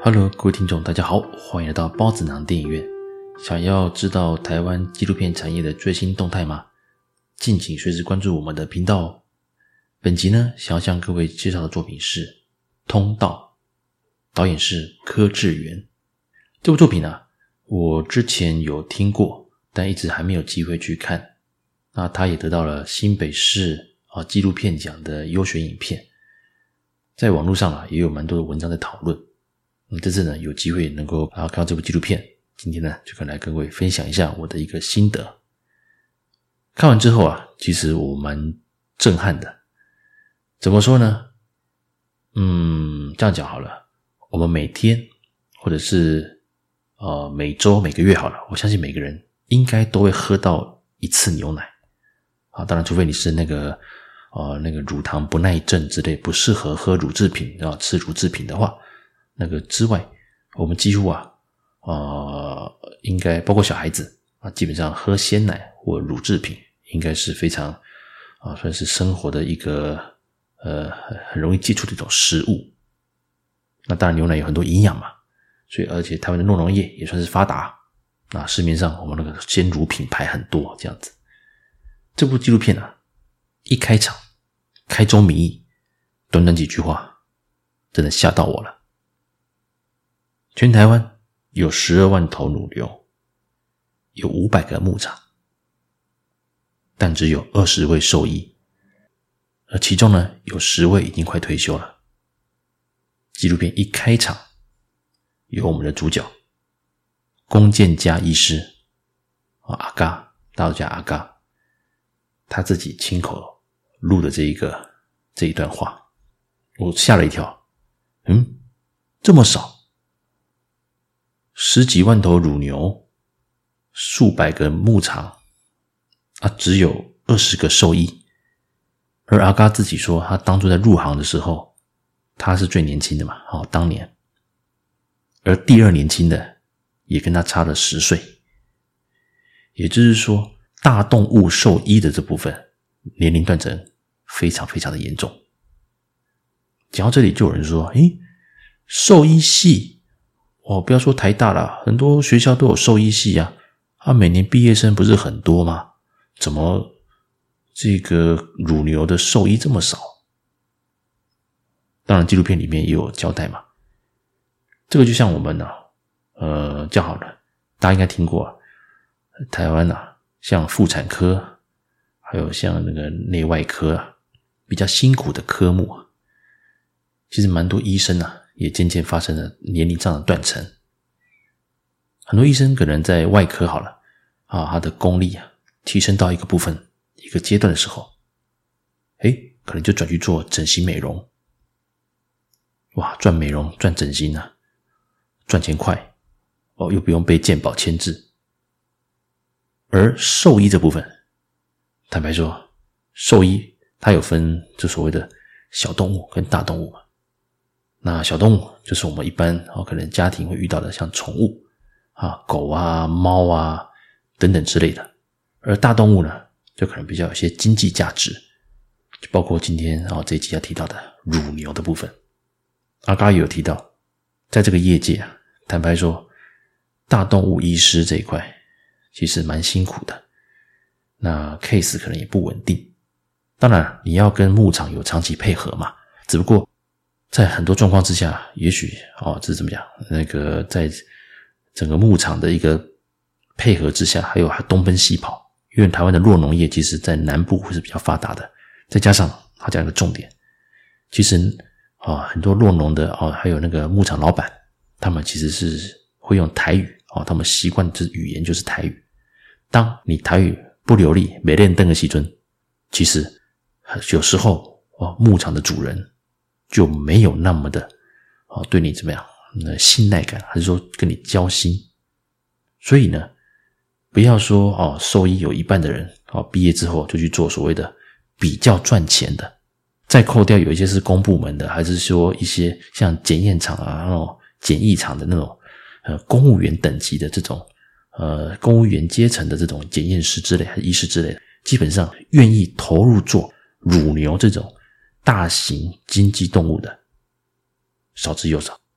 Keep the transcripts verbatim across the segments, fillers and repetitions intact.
Hello， 各位听众，大家好，欢迎来到包子囊电影院。想要知道台湾纪录片产业的最新动态吗？敬请随时关注我们的频道哦。本集呢，想要向各位介绍的作品是《通道》，导演是柯智元。这部作品啊，我之前有听过，但一直还没有机会去看。那它也得到了新北市啊纪录片奖的优选影片，在网络上啊也有蛮多的文章在讨论。嗯，这次呢有机会能够啊看到这部纪录片，今天呢就可能来跟各位分享一下我的一个心得。看完之后啊，其实我蛮震撼的。怎么说呢？嗯，这样讲好了，我们每天或者是呃每周每个月好了，我相信每个人应该都会喝到一次牛奶。啊，当然除非你是那个呃那个乳糖不耐症之类不适合喝乳制品啊，吃乳制品的话，那个之外，我们几乎啊呃应该包括小孩子啊，基本上喝鲜奶或乳制品应该是非常啊算是生活的一个呃很容易接触的一种食物。那当然牛奶有很多营养嘛，所以而且台湾的酪农业也算是发达，那市面上我们那个鲜乳品牌很多这样子。这部纪录片啊，一开场开宗明义，短短几句话，真的吓到我了。全台湾有十二万头乳牛，有五百个牧场，但只有二十位兽医，而其中呢，有十位已经快退休了。纪录片一开场，有我们的主角龚建家医师，阿嘎，大家都叫阿嘎，他自己亲口录的这一个这一段话，我吓了一跳。嗯，这么少，十几万头乳牛，数百个牧场啊，只有二十个兽医。而阿嘎自己说，他当初在入行的时候，他是最年轻的嘛，哦，当年，而第二年轻的也跟他差了十岁，也就是说，大动物兽医的这部分年龄断层非常非常的严重。讲到这里就有人说，诶，兽医系哦，不要说台大啦，很多学校都有兽医系啊，啊，每年毕业生不是很多吗？怎么这个乳牛的兽医这么少？当然纪录片里面也有交代嘛。这个就像我们啊，呃，这样好了，大家应该听过啊，台湾啊，像妇产科，还有像那个内外科啊，比较辛苦的科目啊，其实蛮多医生啊，也渐渐发生了年龄上的断层。很多医生可能在外科好了啊，他的功力啊提升到一个部分一个阶段的时候，诶，可能就转去做整形美容。哇，赚美容赚整形啊，赚钱快哦，又不用被健保牵制。而兽医这部分，坦白说，兽医它有分就所谓的小动物跟大动物嘛。那小动物就是我们一般哦，可能家庭会遇到的，像宠物啊，狗啊、猫啊等等之类的。而大动物呢，就可能比较有些经济价值，就包括今天哦这一集要提到的乳牛的部分。阿嘎也有提到，在这个业界啊，坦白说，大动物医师这一块其实蛮辛苦的，那 case 可能也不稳定。当然你要跟牧场有长期配合嘛，只不过在很多状况之下，也许哦这是怎么讲，那个在整个牧场的一个配合之下，还有东奔西跑，因为台湾的酪农业其实在南部会是比较发达的，再加上他讲一个重点，其实啊、哦、很多酪农的哦还有那个牧场老板，他们其实是会用台语哦，他们习惯的语言就是台语。当你台语不流利，没练登的时阵，其实有时候哦，牧场的主人就没有那么的哦对你怎么样那信赖感，还是说跟你交心。所以呢，不要说哦兽医有一半的人哦毕业之后就去做所谓的比较赚钱的，再扣掉有一些是公部门的，还是说一些像检验厂啊那种检疫厂的那种呃公务员等级的这种呃公务员阶层的这种检验师之类还是医师之类的，基本上愿意投入做乳牛这种大型经济动物的少之又少。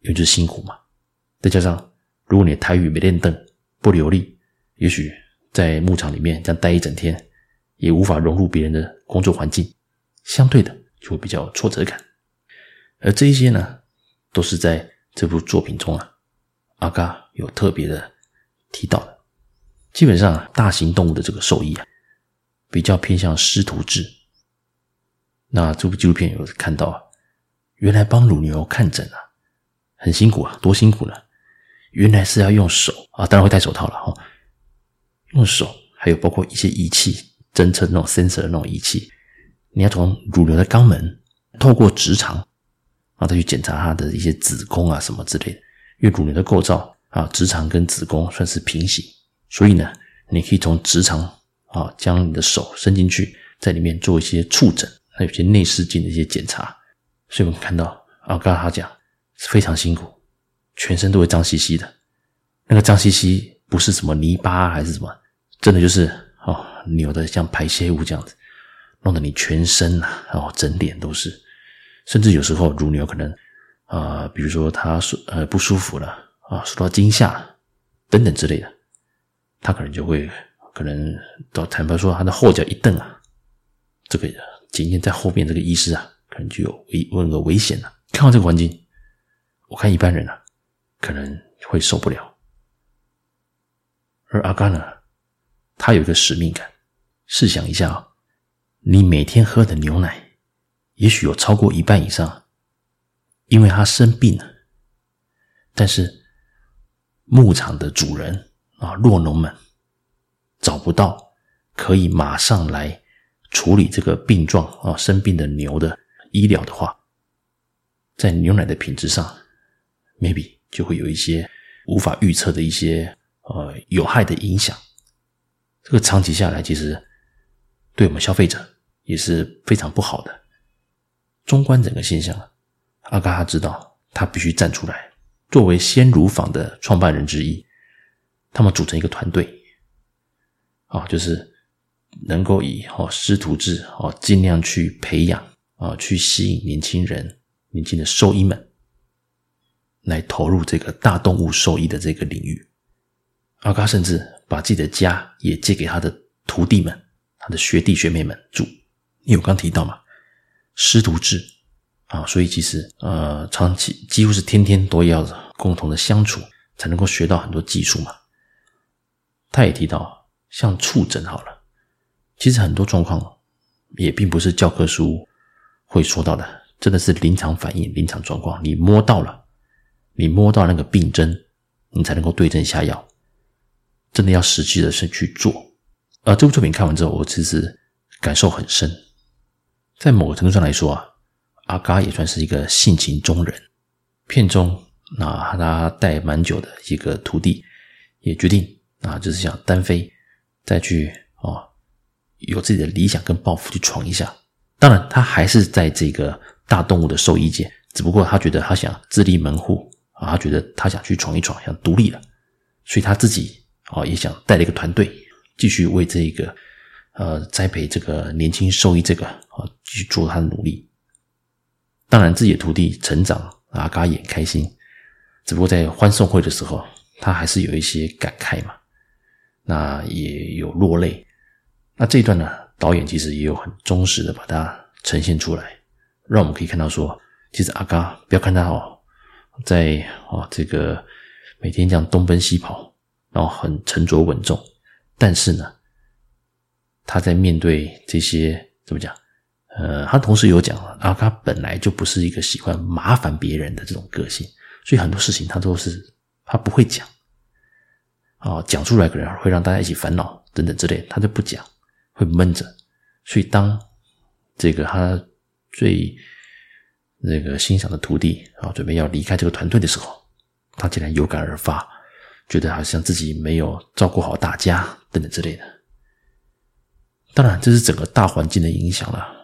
因为就是辛苦嘛。再加上如果你的台语没练登不流利，也许在牧场里面这样待一整天也无法融入别人的工作环境，相对的就会比较有挫折感。而这一些呢，都是在这部作品中啊，阿嘎有特别的提到的。基本上大型动物的这个兽医啊，比较偏向师徒制。那这部纪录片有看到啊，原来帮乳牛看诊啊很辛苦啊，多辛苦呢？原来是要用手啊，当然会戴手套了哦，用手还有包括一些仪器侦测那种 sensor 的那种仪器，你要从乳牛的肛门透过直肠然后再去检查它的一些子宫啊什么之类的。因为乳牛的构造啊，直肠跟子宫算是平行，所以呢你可以从直肠啊将你的手伸进去，在里面做一些触诊，还有一些内视镜的一些检查。所以我们看到阿嘎他讲是非常辛苦，全身都会脏兮兮的。那个脏兮兮不是什么泥巴还是什么，真的就是哦扭的像排泄物这样子，弄得你全身啊，然后整脸都是。甚至有时候乳牛可能呃比如说它呃不舒服了啊，受到惊吓等等之类的，它可能就会可能到坦白说它的后脚一蹬啊，这个检验在后面这个医师啊可能就有有那个危险了。看到这个环境，我看一般人啊可能会受不了。而阿嘎呢，他有一个使命感。试想一下啊，你每天喝的牛奶也许有超过一半以上因为他生病了，但是牧场的主人啊，酪农们找不到可以马上来处理这个病状啊生病的牛的医疗的话，在牛奶的品质上 maybe 就会有一些无法预测的一些呃有害的影响。这个长期下来其实对我们消费者也是非常不好的。纵观整个现象，阿嘎他知道他必须站出来。作为鲜乳坊的创办人之一，他们组成一个团队啊，就是能够以哦师徒制哦尽量去培养啊，去吸引年轻人、年轻的兽医们来投入这个大动物兽医的这个领域。阿嘎甚至把自己的家也借给他的徒弟们、他的学弟学妹们住。因为我刚提到嘛，师徒制啊，所以其实呃长期几乎是天天都要共同的相处，才能够学到很多技术嘛。他也提到像触诊好了，其实很多状况也并不是教科书会说到的，真的是临场反应、临场状况，你摸到了，你摸到那个病症，你才能够对症下药，真的要实际的去做。而这部作品看完之后，我其实感受很深。在某个程度上来说啊，阿嘎也算是一个性情中人。片中那他带蛮久的一个徒弟也决定啊，就是想单飞，再去哦有自己的理想跟抱负去闯一下。当然他还是在这个大动物的兽医界，只不过他觉得他想自立门户啊，他觉得他想去闯一闯，想独立了，所以他自己啊也想带了一个团队，继续为这个呃栽培这个年轻兽医这个啊继续做他的努力。当然自己的徒弟成长，阿嘎也很开心，只不过在欢送会的时候，他还是有一些感慨嘛，那也有落泪。那这一段呢，导演其实也有很忠实的把它呈现出来，让我们可以看到说，其实阿嘎不要看他哦，在哦这个每天这样东奔西跑，然后很沉着稳重，但是呢，他在面对这些怎么讲？呃，他同时有讲，阿嘎本来就不是一个喜欢麻烦别人的这种个性，所以很多事情他都是他不会讲，啊、哦，讲出来可能会让大家一起烦恼等等之类的，他就不讲，会闷着。所以当这个他最那个欣赏的徒弟啊、哦，准备要离开这个团队的时候，他竟然有感而发，觉得好像自己没有照顾好大家等等之类的。当然，这是整个大环境的影响了。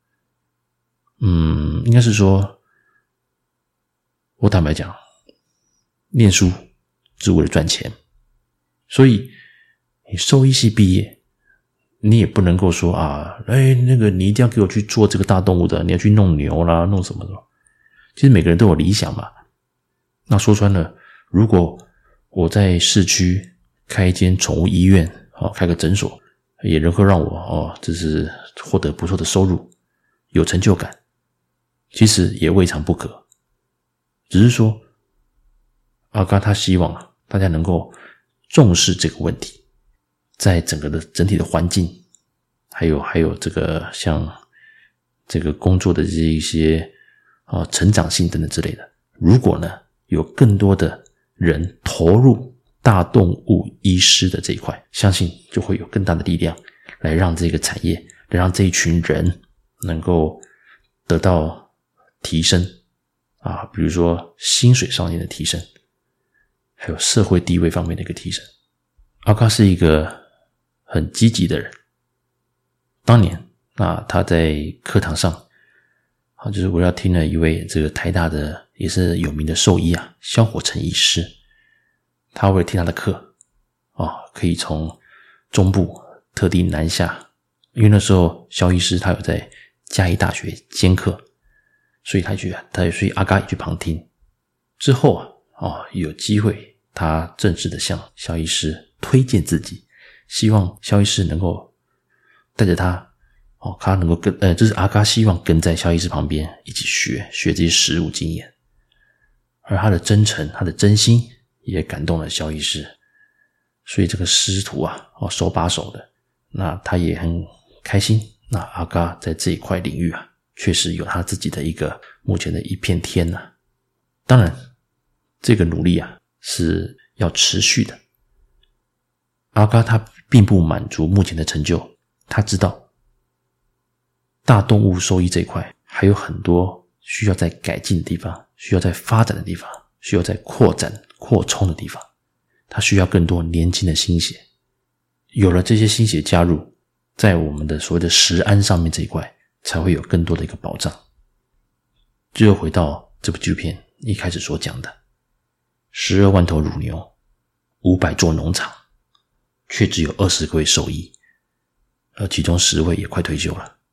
嗯，应该是说，我坦白讲，念书是为了赚钱，所以你兽医系毕业，你也不能够说啊，哎，那个你一定要给我去做这个大动物的，你要去弄牛啦，弄什么的。其实每个人都有理想嘛， 那说穿了，如果我在市区开一间宠物医院，哦，开个诊所，也能够让我哦，这是获得不错的收入，有成就感，其实也未尝不可。只是说阿嘎他希望大家能够重视这个问题，在整个的整体的环境，还有还有这个像这个工作的这一些啊成长性等等之类的，如果呢有更多的人投入大动物医师的这一块，相信就会有更大的力量来让这个产业，来让这一群人能够得到提升啊，比如说薪水上面的提升，还有社会地位方面的一个提升。阿嘎是一个很积极的人，当年那他在课堂上啊，就是我要听了一位这个台大的也是有名的兽医啊，萧火成医师，他为了听他的课啊，可以从中部特地南下，因为那时候萧医师他有在嘉义大学兼课，所以他去他所以阿嘎也去旁听。之后啊，哦，有机会他正式的向萧医师推荐自己，希望萧医师能够带着他哦，他能够跟呃，这是阿嘎希望跟在萧医师旁边一起学学这些实务经验。而他的真诚，他的真心也感动了萧医师，所以这个师徒啊，哦，手把手的，那他也很开心。那阿嘎在这一块领域啊，确实有他自己的一个目前的一片天啊。当然，这个努力啊是要持续的。阿嘎他并不满足目前的成就，他知道大动物兽医这一块还有很多需要再改进的地方，需要再发展的地方，需要再扩展扩充的地方，他需要更多年轻的新血。有了这些新血加入，在我们的所谓的食安上面这一块才会有更多的一个保障。最后回到这部纪录片一开始所讲的十二万头乳牛，五百座农场，却只有二十个位兽医，而其中十位也快退休了，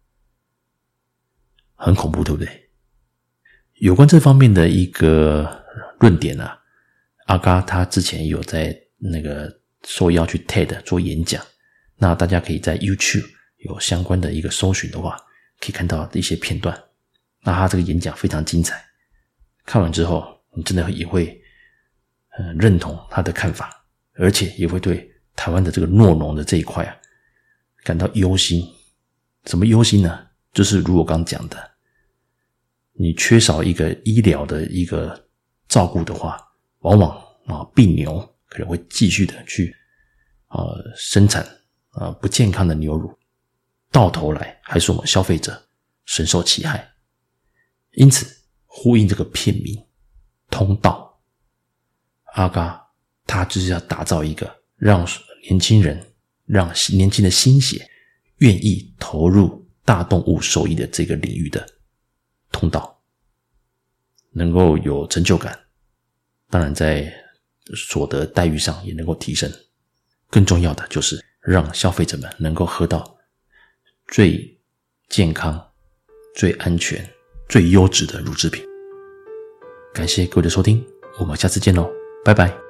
很恐怖，对不对？有关这方面的一个论点啊，阿嘎他之前有在那个受邀去 T E D 做演讲，那大家可以在 YouTube 有相关的一个搜寻的话，可以看到一些片段。那他这个演讲非常精彩，看完之后你真的也会、呃、认同他的看法，而且也会对台湾的这个酪农的这一块啊感到忧心。什么忧心呢？就是如我刚讲的，你缺少一个医疗的一个照顾的话，往往啊病牛可能会继续的去呃生产啊、呃、不健康的牛乳，到头来还是我们消费者深受其害。因此呼应这个片名通道，阿嘎他就是要打造一个让年轻人，让年轻的新血愿意投入大动物兽医的这个领域的通道，能够有成就感，当然在所得待遇上也能够提升，更重要的就是让消费者们能够喝到最健康、最安全、最优质的乳制品。感谢各位的收听，我们下次见咯，拜拜。